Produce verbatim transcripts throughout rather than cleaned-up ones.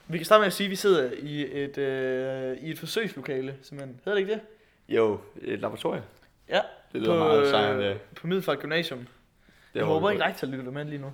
Vi kan starte med at sige, at vi sidder i et, øh, i et forsøgslokale, simpelthen. Hedder det ikke det? Jo, et laboratorium. Ja. Det lyder på, meget sejrende. øh, På Middelfart Gymnasium. Det jeg håber ikke rektor lytter med lige nu.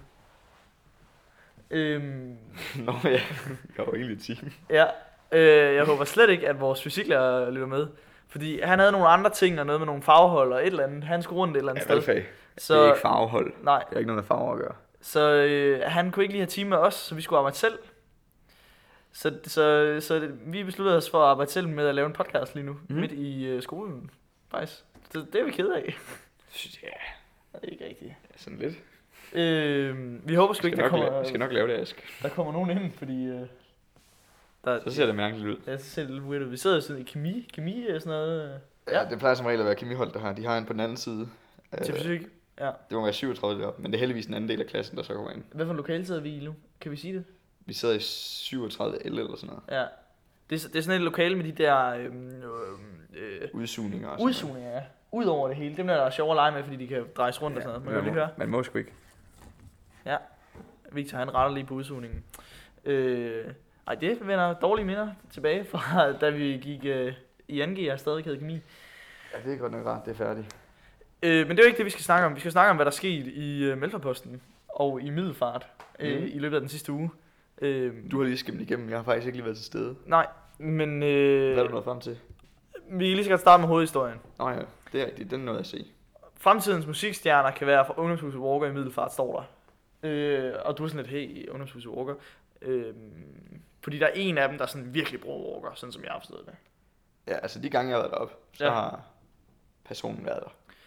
Øhm, Nå ja, jeg var egentlig ti. ja, øh, jeg håber slet ikke, at vores fysiklærer lytter med. Fordi han havde nogle andre ting, og noget med nogle farvehold og et eller andet. Han skulle rundt et eller andet Ja, sted. valgfag. Så, det er ikke farvehold. Nej. Det er ikke noget med farver at gøre. Så øh, han kunne ikke lige have time med os, så vi skulle arbejde selv. Så, så, så det, vi besluttede os for at arbejde selv med at lave en podcast lige nu, mm. midt i øh, skolen, faktisk. Det, det er vi kede af. Ja, det er ikke rigtigt. Ja, sådan lidt. Øh, vi håber sgu ikke, der kommer, lave, vi skal nok lave det, Ask. Der kommer nogen ind, fordi... Øh, der, så ser det mærkeligt ud. Ja, så ser det lidt weird ud. Vi sidder sådan i kemi, kemi og sådan noget. Ja, ja, det plejer som regel at være kemihold, der har. De har en på den anden side. Til fysik, ja. Det må være syvogtredive deroppe, men det er heldigvis en anden del af klassen, der så kommer ind. Hvad for en lokale sidder vi i nu? Kan vi sige det? Vi sidder i syvogtredive L eller sådan noget. Ja. Det er, det er sådan et lokale med de der... Øh, øh, udsugninger og sådan Udsugninger, ja. Udover det hele. Dem der, der er sjovere at lege med, fordi de kan drejes rundt ja, og sådan noget. Man kan lige høre. Man må sgu ikke. Ja. Victor, han retter lige på udsugningen. Øh, ej, det vender dårlige minder tilbage fra, da vi gik øh, i anden G og stadig havde kemi. Ja, det er godt nok rart, det er færdigt. Øh, men det er jo ikke det, vi skal snakke om. Vi skal snakke om, hvad der skete i øh, Mælkeposten og i Middelfart øh, mm. i løbet af den sidste uge. Øh, du har lige skimmet igennem, jeg har faktisk ikke lige været til stede. Nej, men... Øh, hvad er du nået frem til? Vi kan lige så godt starte med hovedhistorien. Nå ja, det er rigtigt, den er noget at se. Fremtidens musikstjerner kan være fra Ungdomshuset Walker i Middelfart, står der. Øh, og du er sådan lidt, hey, Ungdomshuset Walker. Øh, fordi der er en af dem, der sådan virkelig bruger Walker, sådan som jeg har forstået det. Ja, altså de gange jeg har været deroppe, så ja. har personen været der.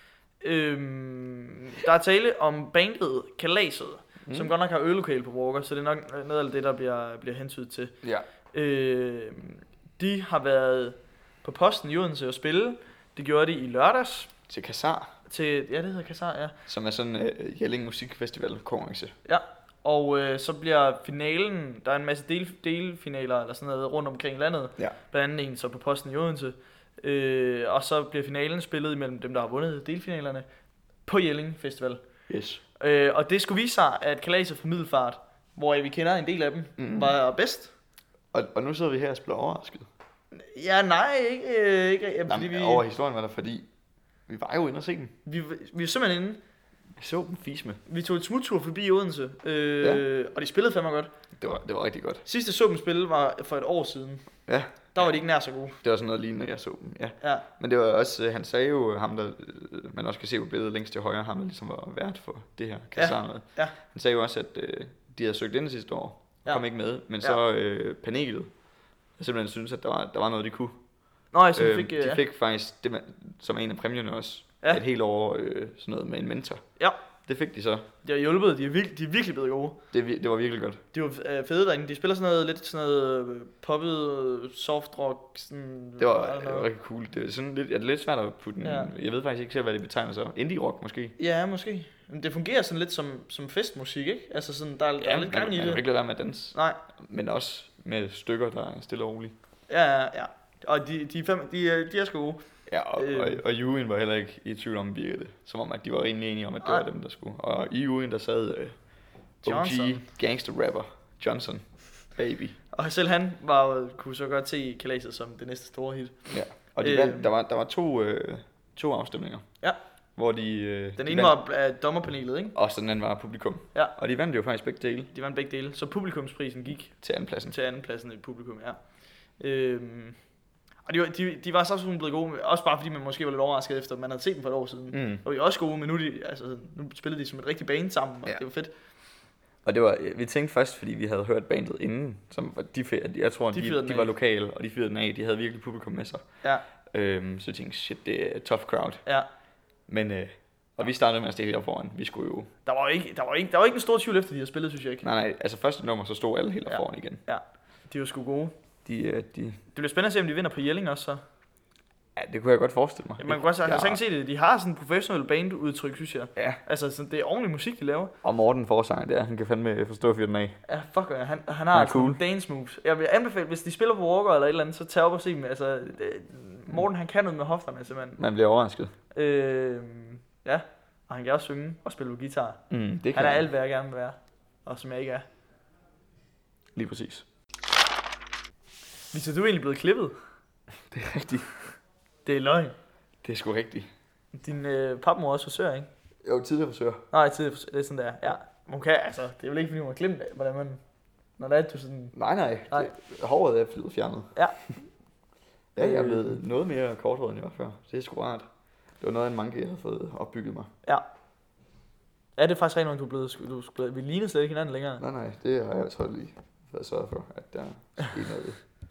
Øhm, der er tale om bandet Kalaset, mm. som godt nok har øvelokale på Walker, så det er nok noget af det, der bliver, bliver hentydet til. Ja. Øhm, de har været på Posten i Odense og spille. Det gjorde de i lørdags. Til Kassar. Til, ja, det hedder Kassar, ja. Som er sådan en uh, Jelling Musikfestival konkurrence. Ja, og øh, så bliver finalen, der er en masse del, delfinaler eller sådan noget rundt omkring landet. Ja. Blandt andet en så på Posten i Odense. Øh, og så bliver finalen spillet imellem dem, der har vundet delfinalerne på Jelling Festival. Yes. Øh, og det skulle vise sig, at Kalaset fra Middelfart, hvor vi kender en del af dem, mm. var bedst. Og, og nu sidder vi her og spiller overrasket. Ja, nej, ikke, øh, ikke ja, Jamen, vi... over historien var der, fordi vi var jo inde og se dem. Vi, vi var simpelthen inde. Vi så dem fis med. Vi tog et smuttur forbi Odense, øh, ja. og de spillede fandme godt. Det var, det var rigtig godt. Sidste så dem spille var for et år siden. Ja. Der var de ikke nær så gode. Det var sådan noget lignende, jeg så dem, ja. ja. Men det var også, han sagde jo, ham der, man også kan se på billedet længst til højre, ham der ligesom var vært for det her Kassar noget. Ja. Ja. Han sagde jo også, at øh, de havde søgt ind sidste år, ja. kom ikke med, men ja. så øh, panelet, jeg simpelthen synes, at der var, der var noget, de kunne. Nå, så øh, fik, de fik ja. faktisk, det, som en af præmierne også, ja. et helt år øh, sådan noget med en mentor. Ja. Det fik de så. De har hjulpet, de er virkelig, de er virkelig blevet gode. Det, det var virkelig godt. De var øh, fede derinde, de spiller sådan noget, lidt sådan noget poppet, soft rock, sådan... Det var, det var rigtig cool. Det er sådan lidt, ja, det er lidt svært at putte en, ja. jeg ved faktisk ikke selv, hvad det betegner så. Indie rock måske? Ja, måske. Men det fungerer sådan lidt som, som festmusik, ikke? Altså sådan, der er, ja, der er lidt gang i det. Man kan ikke lade være med at danse. Nej. Men også med stykker, der er stille og roligt. Ja, ja, ja. Og de, de, fem, de, er, de er sgu gode. Ja, og, øh. og, og Ewan var heller ikke i tvivl om, virkede det. Som om, at de var rimelig enige om, at det Ej. var dem, der skulle. Og i Ewan, der sad øh, O G gangster rapper Johnson Baby. Og selv han var, kunne så godt se Kalaset som det næste store hit. Ja, og de øh. vandt, der, var, der var to, øh, to afstemninger. Ja. Hvor de, øh, den de ene vandt, var uh, dommerpanelet, ikke? Og så den anden var publikum. Ja. Og de vandt jo faktisk begge dele. De vandt begge dele. Så publikumsprisen gik til andenpladsen. Til andenpladsen i publikum, ja. Øhm, og de var, de, de var så sådan blevet gode, også bare fordi man måske var lidt overrasket efter, at man havde set dem for et år siden. Mm. Og de var også gode, men nu, de, altså, nu spillede de som et rigtigt band sammen, og ja. det var fedt. Og det var, vi tænkte først, fordi vi havde hørt bandet inden, som de, jeg tror, de, de, de var lokale, og de fyrede den af, de havde virkelig publikum med sig. Ja. Øhm, så jeg tænkte, shit, det er tough crowd. Ja. Men, øh, og vi startede med at stille her foran, vi skulle jo... Der var ikke, der var ikke, der var ikke en stor tvivl efter, de havde spillet, synes jeg ikke. Nej, nej, altså første nummer, så stod alle helt ja. foran igen. Ja, de var sgu gode. De, øh, de... Det bliver spændende at se, om de vinder på Jelling også, så. Ja, det kunne jeg godt forestille mig. Ja, man kan godt sige, ja. se det. De har sådan en professionel bandudtryk, synes jeg. Ja. Altså, sådan, det er ordentlig musik, de laver. Og Morten Forsanger, det er, han kan fandme forstå fyren af. Ja, fuck, ja. han, han har cool dance moves. Jeg vil anbefale, hvis de spiller på Walker eller et eller andet, så tag op og se dem. Altså, det, Morten, han kan noget med hofterne, simpelthen. Man bliver overrasket. Øh, ja, og han kan også synge og spille guitar. Mm, det kan han er alt, hvad jeg gerne vil være, og som jeg ikke er. Lige præcis. Lisa, du er egentlig blevet klippet. Det er rigtigt. Det er løgn. Det er sgu rigtigt. Din øh, papmor er også frisør, ikke? Jo, tidligere frisør. Nej, tidligere frisør. Det er sådan der. Ja. Hun kan, altså, det er vel ikke fordi hun har glemt, hvordan man... Når det er, du sådan... Nej, nej. nej. Det, håret er blevet fjernet. Ja. Ja, jeg er blevet noget mere korthåret, end jeg var før. Det er sgu rart. Det var noget af en manke, jeg havde fået opbygget mig. Ja. Ja, det er faktisk rigtig nok, du er blevet... Du er blevet vi ligner slet ikke hinanden længere. Nej, nej. Det har jeg så lige været sørget for, at der er sket noget.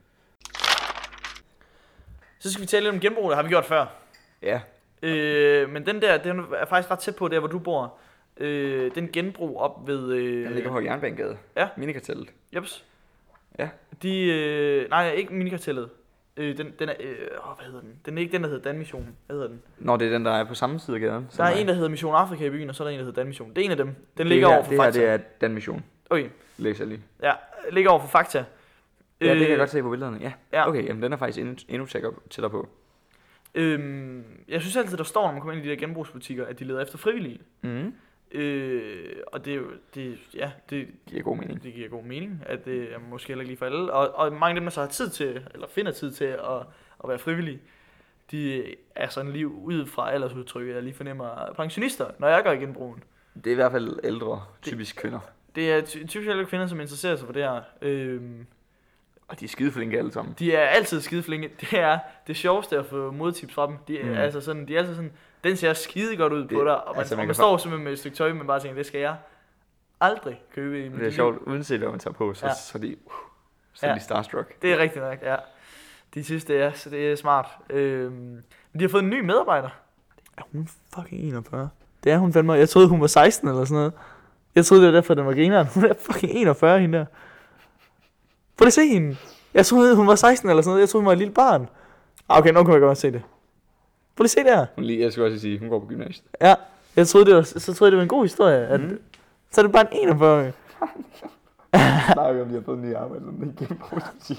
Så skal vi tale lidt om genbrug, det har vi gjort før. Ja. Øh, men den der, den er faktisk ret tæt på der, hvor du bor. Øh, den genbrug op ved... Øh, Den ligger på Jernbanegade. Ja. Minikartellet. Jeps. Ja. De, øh, nej, ikke Minikartellet. Øh, den, den er, øh, hvad hedder den? Den er ikke den, der hedder Danmission. Hvad hedder den? Når det er den, der er på samme side af gaden. Der er en, der hedder Mission Afrika i byen, og så er der en, der hedder Danmission. Det er en af dem. Den det ligger her, over for det Fakta. Det her, det er Danmission. Okay. Læser lige. Ja, ligger over for Fakta. Ja, det kan jeg godt se på billederne. Ja. Ja. Okay, jamen den er faktisk endnu, endnu tættere, tættere på. Øhm, jeg synes altid, der står, når man kommer ind i de der genbrugsbutikker, at de leder efter frivillige. Mhm. Øh, og det er jo, det, ja, det giver god mening. Det giver god mening, at det er måske heller ikke lige for alle. Og, og mange af dem, der så har tid til, eller finder tid til at, at være frivillige, de er sådan lige ud fra aldersudtrykket, jeg lige fornemmer pensionister, når jeg går i genbrugen. Det er i hvert fald ældre, typisk det, kvinder. Det er ty- typisk ældre kvinder, som interesserer sig for det her. Øhm, og de er skideflinke alle sammen. De er altid skideflinke. Det er det sjoveste at få modtips fra dem. De er, mm. altså sådan, de er altid sådan, den ser skide godt ud det, på dig, og man, altså, man, og man står simpelthen med et stykke tøj, men bare tænker, det skal jeg aldrig købe i mit. Det er sjovt, uanset hvad man tager på, så, ja. så, de, uh, så ja. er de starstruck. Det er rigtigt nok, ja. De synes, det er, så det er smart. Øhm, men de har fået en ny medarbejder. Er hun fucking enogfyrre? Det er hun fandme. Jeg troede, hun var seksten eller sådan noget. Jeg troede, det var derfor, den var grineren. Hun er fucking enogfyrre, hende der. Prøv lige se hende. Jeg troede, hun var seksten eller sådan noget. Jeg troede, hun var et lille barn. Okay, nu kan jeg godt se det. Prøv lige se der. Hun lige, jeg skal også sige, hun går på gymnasiet. Ja, jeg troede, det var, så troede jeg, det var en god historie. At, mm. Så er det bare en enogfyrre. Jeg snakker om, de har fået en ny arbejde, som de kan bruge til.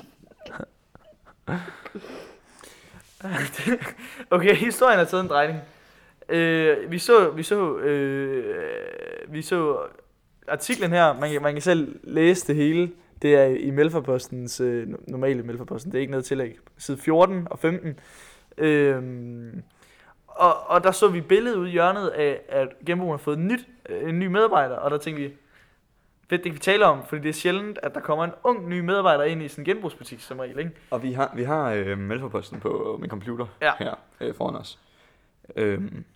Okay, historien har taget en drejning. Øh, vi så, vi så, øh, vi så artiklen her. Man kan, man kan selv læse det hele. Det er i Melforpostens øh, normale Melforposten. Det er ikke noget tillæg. Side fjorten og femten. Øh, og, og der så vi billedet ude i hjørnet af, at genbrugen har fået en, nyt, en ny medarbejder. Og der tænkte vi, fedt, det kan vi tale om, fordi det er sjældent, at der kommer en ung ny medarbejder ind i sådan en genbrugsbutik som regel, ikke? Og vi har, vi har øh, Melforposten på min computer ja. her øh, foran os. Øhm,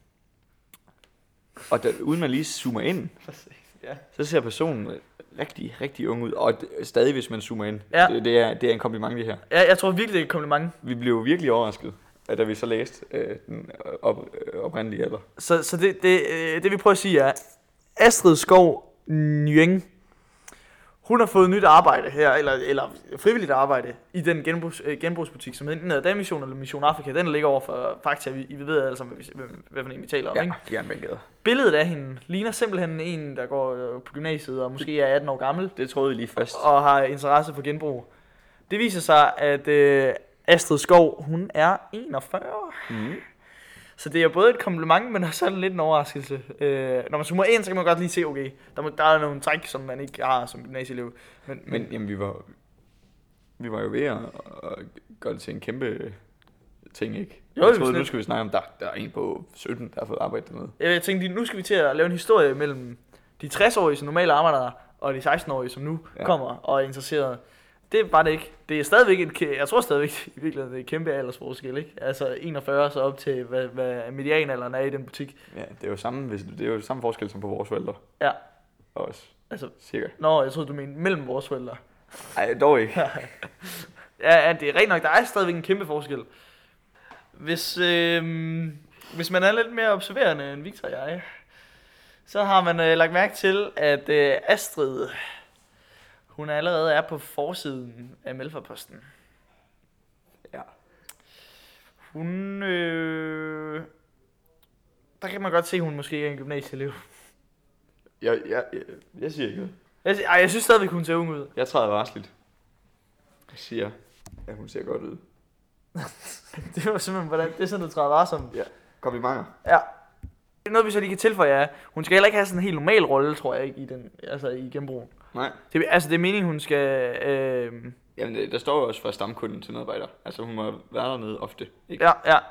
og der, uden man lige zoomer ind, ja. så ser personen rigtig, rigtig ung ud. Og d- stadig, hvis man zoomer ind. Ja. Det, det, er, det er en kompliment, det her. Ja, jeg tror virkelig, det er et kompliment. Vi blev virkelig overrasket, at da vi så læste øh, den op, øh, oprindelige alder. Så, så det, det, det, vi prøver at sige er, Astrid Skov Nguyen, hun har fået nyt arbejde her, eller, eller frivilligt arbejde, i den genbrugs, øh, genbrugsbutik, som hedder Danmission eller Mission Afrika. Den ligger over for Fakta. I ved alle sammen, hvad, hvad for en vi taler om, ja, ikke? Jernbanegade. Billedet af hende ligner simpelthen en, der går på gymnasiet og måske er atten år gammel. Det troede vi lige først. Og har interesse for genbrug. Det viser sig, at øh, Astrid Skov, hun er enogfyrre. Mm. Så det er både et kompliment, men også lidt en overraskelse. Øh, når man zoomer ind, så kan man godt lige se, okay, der, må, der er nogle træk, som man ikke har som gymnasieelev. Men, men, men jamen, vi var, vi var jo ved at, at gøre det til en kæmpe ting, ikke? Jo, jeg troede, nu skal vi snakke om, der, der er en på sytten, der har fået arbejdet med. Jeg tænkte, nu skal vi til at lave en historie mellem de tres-årige, som normalt arbejder, og de seksten-årige, som nu ja. kommer og er interesserede. Det var det ikke. Det er stadigvæk et, jeg tror stadigvæk i virkeligheden, det er et kæmpe aldersforskel, ikke? Altså enogfyrre så op til, hvad, hvad medianalderen er i den butik. Ja, det er jo samme, det er jo samme forskel som på vores forældre. Ja. Også. Altså, cirka. Nå, jeg troede, du mente mellem vores forældre. Nej, dog ikke. Ja, det er rent nok, der er stadigvæk en kæmpe forskel. Hvis, øh, hvis man er lidt mere observerende end Victor og jeg, så har man øh, lagt mærke til, at øh, Astrid, hun allerede er på forsiden af Melforposten. Ja. Hun, øh, der kan man godt se, at hun måske er en gymnasieelev. Jeg, jeg, jeg, jeg siger ikke noget. Jeg, ej, jeg synes stadigvæk, hun ser ung ud. Jeg træder varsligt. Jeg siger, at hun ser godt ud. Det var simpelthen, hvordan, det er sådan, du træder varsomt. Ja, komplimenter. Ja. Noget vi så lige kan tilføje er, hun skal heller ikke have sådan en helt normal rolle, tror jeg ikke, i den, altså i genbrugen. Nej. Det, altså det er meningen, hun skal, øh, Jamen, der står jo også for stamkunden til medarbejder. Altså, hun må være dernede ofte, ikke? Ja, ja.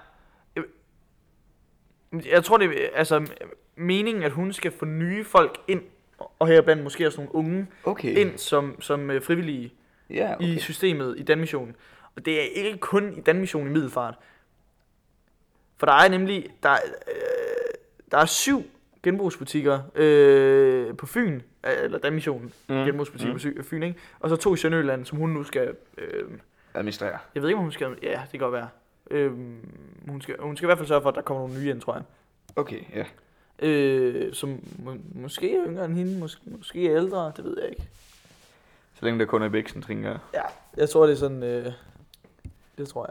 Jeg tror, det er altså meningen, at hun skal få nye folk ind, og heriblandt måske også nogle unge, okay. ind som, som uh, frivillige ja, okay. i systemet i Danmissionen. Og det er ikke kun i Danmissionen i Middelfart. For der er nemlig, der, øh, der er syv genbrugsbutikker øh, på Fyn, eller Danmissionen, mm. genbrugsbutikker mm. på Fyn, ikke? Og så to i Sønderjylland, som hun nu skal... Øh, administrere. Jeg ved ikke, om hun skal... Ja, det kan godt være. Øh, hun, skal, hun skal i hvert fald sørge for, at der kommer nogle nye ind, tror jeg. Okay, ja. Øh, som må, måske er yngre end hende, måske, måske er ældre, det ved jeg ikke. Så længe der kun er Bæksen, tænker jeg. Ja, jeg tror, det er sådan... Øh, det tror jeg.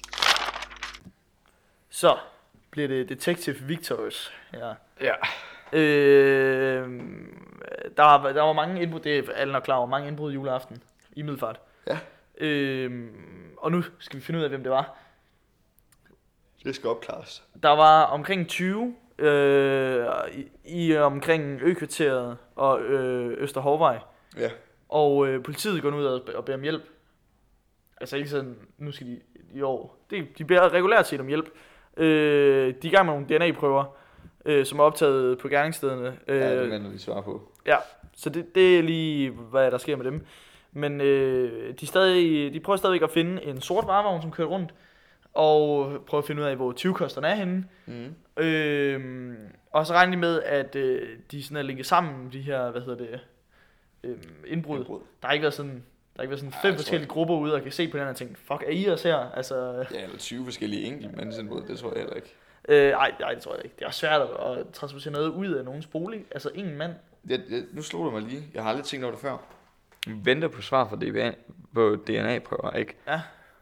Så bliver det Detective Victorious. Ja. Ja. Øh, der, var, der var mange indbrud, det er alle nok klar over, mange indbrud juleaften i Middelfart. Ja. Øh, og nu skal vi finde ud af, hvem det var. Det skal opklares. Der var omkring tyve øh, i, i omkring Økvarteret og øh, Østerhovvej. Ja. Og øh, politiet går nu ud og, og beder om hjælp. Altså ikke sådan, nu skal de i år. Det, de beder regulært set om hjælp. Øh, de er i gang med nogle D N A-prøver, øh, som er optaget på gerningsstederne. Øh, ja, det venter de svar på. Ja, så det, det er lige, hvad der sker med dem. Men øh, de, stadig, de prøver stadigvæk at finde en sort varevogn, som kører rundt, og prøver at finde ud af, hvor tyvekosterne er henne. Mm. Øh, og så regner de med, at øh, de sådan er linket sammen, de her, hvad hedder det, øh, indbrud. indbrud. Der har ikke været sådan... Der har ikke været sådan fem ja, forskellige grupper ude og kan se på den og tænke, fuck, er I os her? Altså, ja, eller tyve forskellige enkeltmandsindbrud, det tror jeg heller ikke. Øh, ej, ej, det tror jeg ikke. Det er svært at transportere noget ud af nogens bolig. Altså, ingen mand. Ja, det, nu slog det mig lige. Jeg har aldrig tænkt over det før. Vi venter på svar fra D N A, på D N A-prøver, ikke? Ja.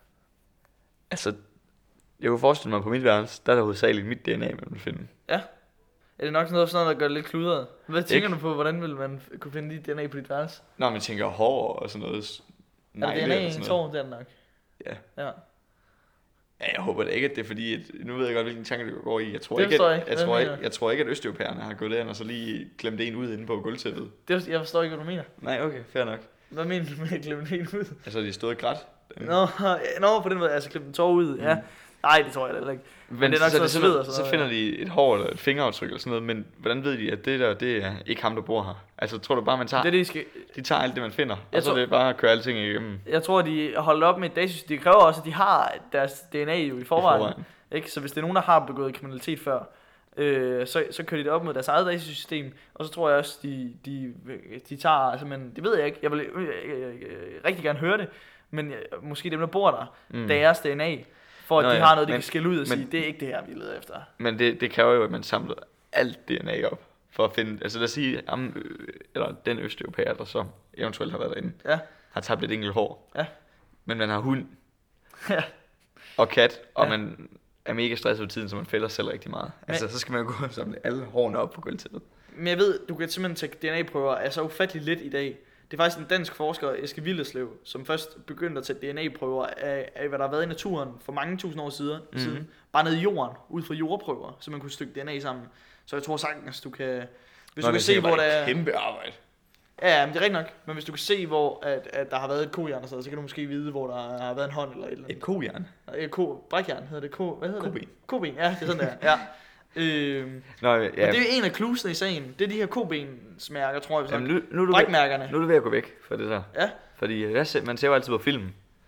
Altså, jeg kunne forestille mig på mit værelse, der er der hovedsageligt mit D N A, man vil finde. Ja. Er det nok sådan noget, sådan noget der gør det lidt kludret? Hvad tænker ikke? Du på, hvordan vil man kunne finde dit D N A på dit værelse? Nå, man tænker hår og sådan noget. Nej, er det D N A i en tår, det er det nok. Ja. Ja. Ja, jeg håber da ikke, at det er fordi, at, nu ved jeg godt, hvilken tanke du går i. Jeg tror det ikke, at, ikke. Jeg, tror ikke, jeg tror ikke, at østeuropæerne har gået derind og så lige klemt en ud inde på gulvtæppet. Det, jeg forstår ikke, hvad du mener. Nej, okay, fair nok. Hvad mener du med at klemme en ud? Altså, de stod i græt. Nå, nå, på den måde, altså klemme en tår ud, ja. Mm. Nej, det tror jeg heller ikke. Men, men det er nok så, så, sved og sådan så finder de et hår eller et fingeraftryk eller sådan noget, men hvordan ved de, at det der, det er ikke ham, der bor her? Altså, tror du bare, man tager, det, de, skal... de tager alt det, man finder, jeg og så tror... er det bare at køre alting igennem? Jeg tror, de holder op med et datasystem. Det kræver også, at de har deres D N A jo i forvejen. I forvejen. Ikke? Så hvis det er nogen, der har begået kriminalitet før, øh, så, så kører de det op mod deres eget datasystem, og så tror jeg også, de, de, de tager, altså, men det ved jeg ikke, jeg vil øh, øh, øh, rigtig gerne høre det, men øh, måske dem, der bor der, mm. deres D N A, for at Nå, de ja. har noget, de men, kan skille ud og men, sige, det er ikke det her, vi leder efter. Men det, det kræver jo, at man samler alt D N A op, for at finde, altså lad os sige, am, eller den østeuropæer, der så eventuelt har været derinde, ja. har tabt et enkelt hår, ja. men man har hund, ja. og kat, og ja. man er mega stresset på tiden, så man fælder selv rigtig meget. Men, altså, så skal man jo gå og samle alle hårene op på gulvtæppet. Men jeg ved, du kan simpelthen tage D N A-prøver af så ufattelig lidt i dag. Det er faktisk en dansk forsker, Eske Willerslev, som først begyndte at tage D N A-prøver af, af, hvad der har været i naturen for mange tusind år siden. Mm-hmm. siden bare nede i jorden, ud fra jordprøver, så man kunne stykke D N A sammen. Så jeg tror sagtens, du kan... Hvis Nå, du kan se, hvor der er... kæmpe arbejde. Ja, men det er rigtigt nok. Men hvis du kan se, hvor at, at der har været et kojern, så kan du måske vide, hvor der har været en hånd eller et eller andet. Et kojern? Et ko... Brækjern hedder det. Ko... Hvad hedder Koben. det? Koben. Ja, det er sådan der. Ja. Øhm, Nå, ja. Og det er jo en af klusene i sagen. Det er de her kobensmærker, tror jeg. Jamen, nu, nu, er du Brækmærkerne. Nu er du ved at gå væk fra det der. Ja. Fordi jeg ser, man ser jo altid på film.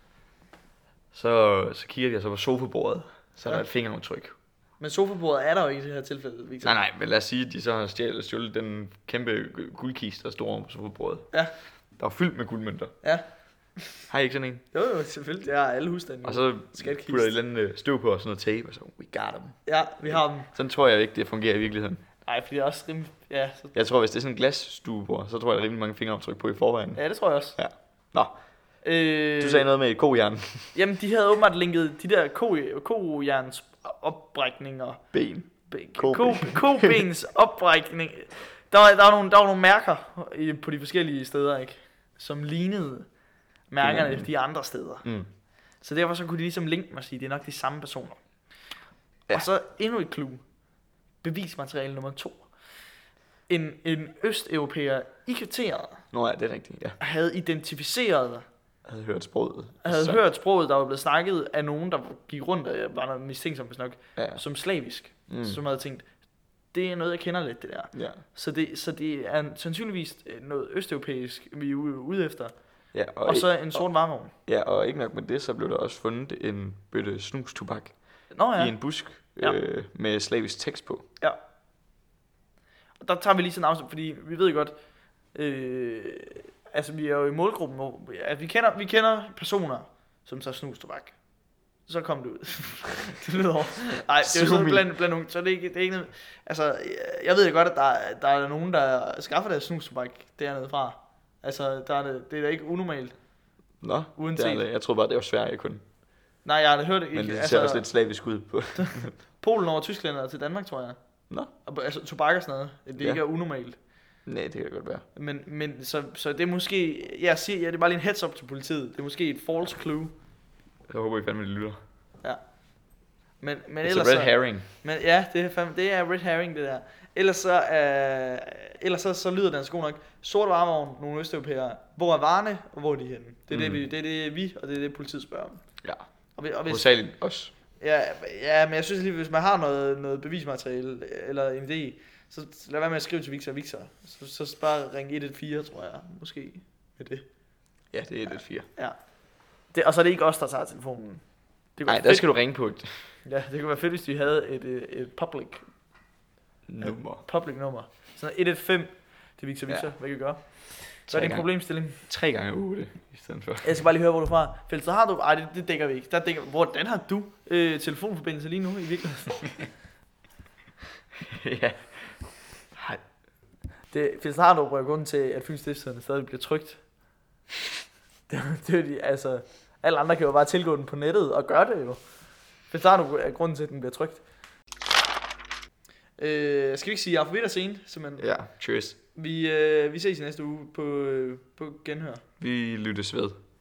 Så, så kigger de så på sofabordet. Så ja. er der et fingeraftryk. Men sofabordet er der jo ikke i det her tilfælde, Victor. Nej, nej, men lad os sige, at de så har stjålet, stjålet den kæmpe guldkiste, der stod på sofabordet. Ja. Der var fyldt med guldmønter. Ja. Har I ikke sådan en? Jo, jo, selvfølgelig. Jeg har alle husstande. Og så putter de et eller andet støv på og sådan noget tape, og så, we got them. Ja, vi har dem. Sådan tror jeg ikke, det fungerer i virkeligheden. Nej, fordi det er også rimelig... Ja, så... Jeg tror, hvis det er sådan en glasstuebord, så tror jeg, der er rimelig mange fingeraftryk på i forvejen. Ja, det tror jeg også. Ja. Nå. Øh... Du sagde noget med et kojern. Jamen, de havde åbenbart linket de der ko, kojerns opbrækninger. Ben. Ben. Kobens ko, opbrækning. Der var, der, var nogle, der var nogle mærker i, på de forskellige steder, ikke? Som lignede mærkerne mm. de andre steder. Mm. Så derfor så kunne de ligesom linke mig og sige, det er nok de samme personer. Ja. Og så endnu et clue. Bevismateriale nummer to. En, en østeuropæer i kvarteret. Nå ja, det er rigtigt, ja. Havde identificeret havde hørt sproget. havde så. hørt sproget, der var blevet snakket af nogen, der gik rundt og var noget mistænksomt nok, Ja. som slavisk, mm. som havde tænkt, det er noget, jeg kender lidt, det der. Ja. Så, det, så det er sandsynligvis noget østeuropæisk, vi er ude efter. Ja, og, og så en sort varevogn. Ja, og ikke nok med det, så blev der også fundet en bøtte snustobak Nå, ja. i en busk ja. øh, med slavisk tekst på. Ja. Og der tager vi lige sådan en afsnit, fordi vi ved godt, øh, altså vi er jo i målgruppen, hvor at vi, kender, vi kender personer, som tager snustobak. Så kom det ud. Det lyder over. Nej, det er jo sådan blandt, blandt unge, så det er ikke, det er ikke noget, altså, jeg ved godt, at der, der er nogen, der skaffer deres snustobak dernede fra. Altså, der er det, det er da ikke unormalt. Nå, uanset. Det er, jeg troede bare, det var Sverige kun. Nej, jeg har hørt det ikke. Men det ser altså, også lidt slavisk ud på. Polen over Tyskland og til Danmark, tror jeg. Nå. Altså, tobak og sådan noget. Det ja. ikke er unormalt. Nej, det kan godt være. Men, men så, så det er måske, jeg siger, ja, det er bare lige en heads up til politiet. Det er måske et false clue. Jeg håber, I fandme, det lytter. Ja. Men, men It's ellers a red så, herring. Men ja, det er, fandme, det er red herring, det der. Ellers så, øh, ellers så, så lyder den sko nok. Sort varevogn, nogle østeuropæere. Hvor er varerne, og hvor er de henne? Det er, mm. det, vi, det er det vi, og det er det politiet spørger om. Ja. Og, og hvis, hovedsageligt også. Ja, ja, men jeg synes lige, hvis man har noget, noget bevismateriale, eller en idé, så lad være med at skrive til Victor Victor. Så, så bare ring et et fire, tror jeg, måske, med det. Ja, det er et et fire. Ja. Det, og så er det ikke os, der tager telefonen. Nej, der skal du ringe på et... Ja, det kunne være fedt, hvis vi havde et, et, et public nummer. Et public nummer. Sådan et et fem til Victor Victor, ja. Hvad kan vi gøre? Så er det en problemstilling. Tre gange otte i stedet for. Jeg skal bare lige høre, hvor du er fra. Fældt, så har du... Ej, det, det dækker vi ikke. Der dækker, hvordan har du øh, telefonforbindelse lige nu i virkeligheden? Ja. Hej. Det, Fældt, så har du prøvet grunden til, at Fyns Stiftstidende stadig bliver trykt. Det, det er de, altså... Alle andre kan jo bare tilgå den på nettet og gøre det jo. Fældt, så har du grunden til, at den bliver trykt. Øh, skal vi ikke sige alfabet og scene, simpelthen? Ja, cheers. Vi, øh, vi ses i næste uge på, øh, på genhør. Vi lyttes ved.